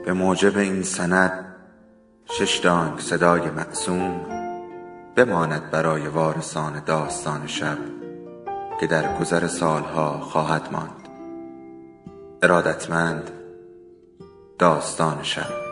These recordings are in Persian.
به موجب این سند 6 دانگ صدای معصوم بماند برای وارثان داستان شب که در گذر سالها خواهد ماند. ارادتمند، داستان شب.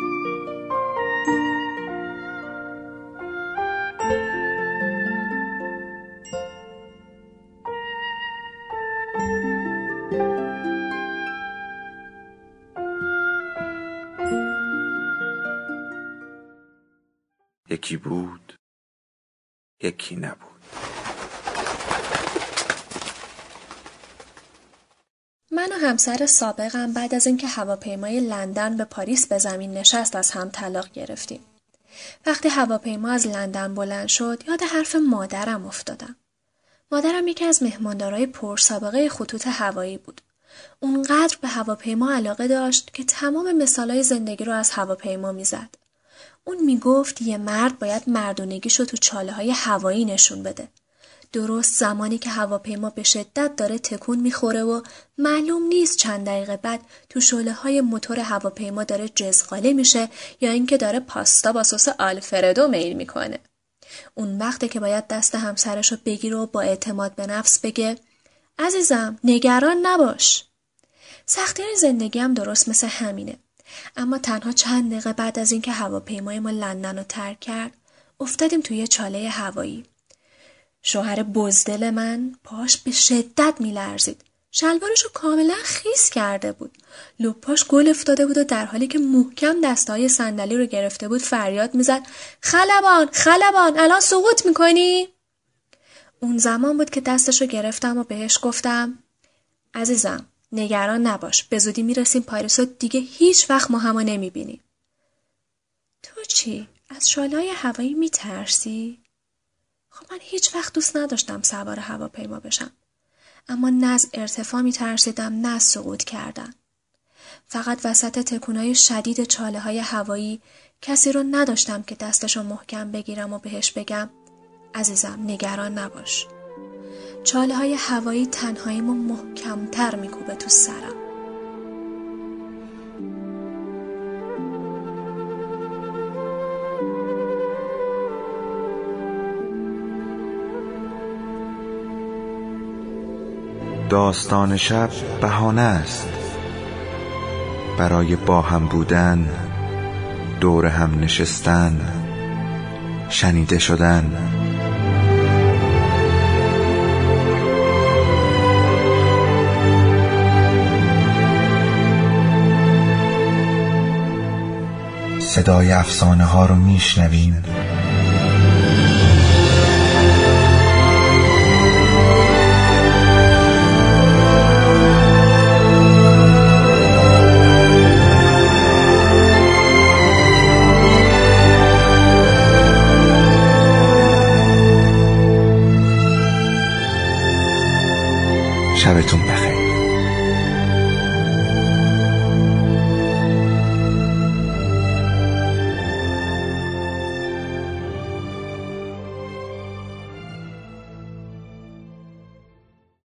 یکی بود، یکی نبود. من و همسر سابقم بعد از اینکه هواپیمای لندن به پاریس به زمین نشست از هم طلاق گرفتیم. وقتی هواپیما از لندن بلند شد یاد حرف مادرم افتادم. مادرم یکی از مهماندارای پرسابقه خطوط هوایی بود. اونقدر به هواپیما علاقه داشت که تمام مثالای زندگی رو از هواپیما میزد. اون میگفت یه مرد باید مردونگیشو تو چاله‌های هوایی نشون بده. درست زمانی که هواپیما به شدت داره تکون میخوره و معلوم نیست چند دقیقه بعد تو شعله‌های موتور هواپیما داره جزغاله میشه یا اینکه داره پاستا با سس آلفردو میل میکنه. اون وقته که باید دست همسرشو بگیره و با اعتماد به نفس بگه عزیزم نگران نباش. سختی‌های زندگی هم درست مثل همینه. اما تنها چند دقیقه بعد از اینکه هواپیمای ما لندن رو ترک کرد افتادیم توی چاله هوایی. شوهر بزدل من پاش به شدت میلرزید. شلوارشو کاملا خیس کرده بود. لپاش گل افتاده بود و در حالی که محکم دستای صندلی رو گرفته بود فریاد میزد خلبان خلبان الان سقوط میکنی؟ اون زمان بود که دستشو گرفتم و بهش گفتم عزیزم نگران نباش، به زودی میرسیم پاریس و دیگه هیچ وقت ما همو نمیبینیم. تو چی؟ از شعله‌های هوایی میترسی؟ خب من هیچ وقت دوست نداشتم سوار هواپیما بشم. اما نه از ارتفاع میترسیدم نه از سقوط کردن. فقط وسط تکونای شدید چاله‌های هوایی کسی رو نداشتم که دستشو محکم بگیرم و بهش بگم عزیزم نگران نباش. چاله‌های هوایی تنهاییمو محکم‌تر میکوبه تو سرم. داستان شب بهانه است برای با هم بودن، دور هم نشستن، شنیده شدن. صدای افسانه ها رو میشنویم. شبتون بخیر.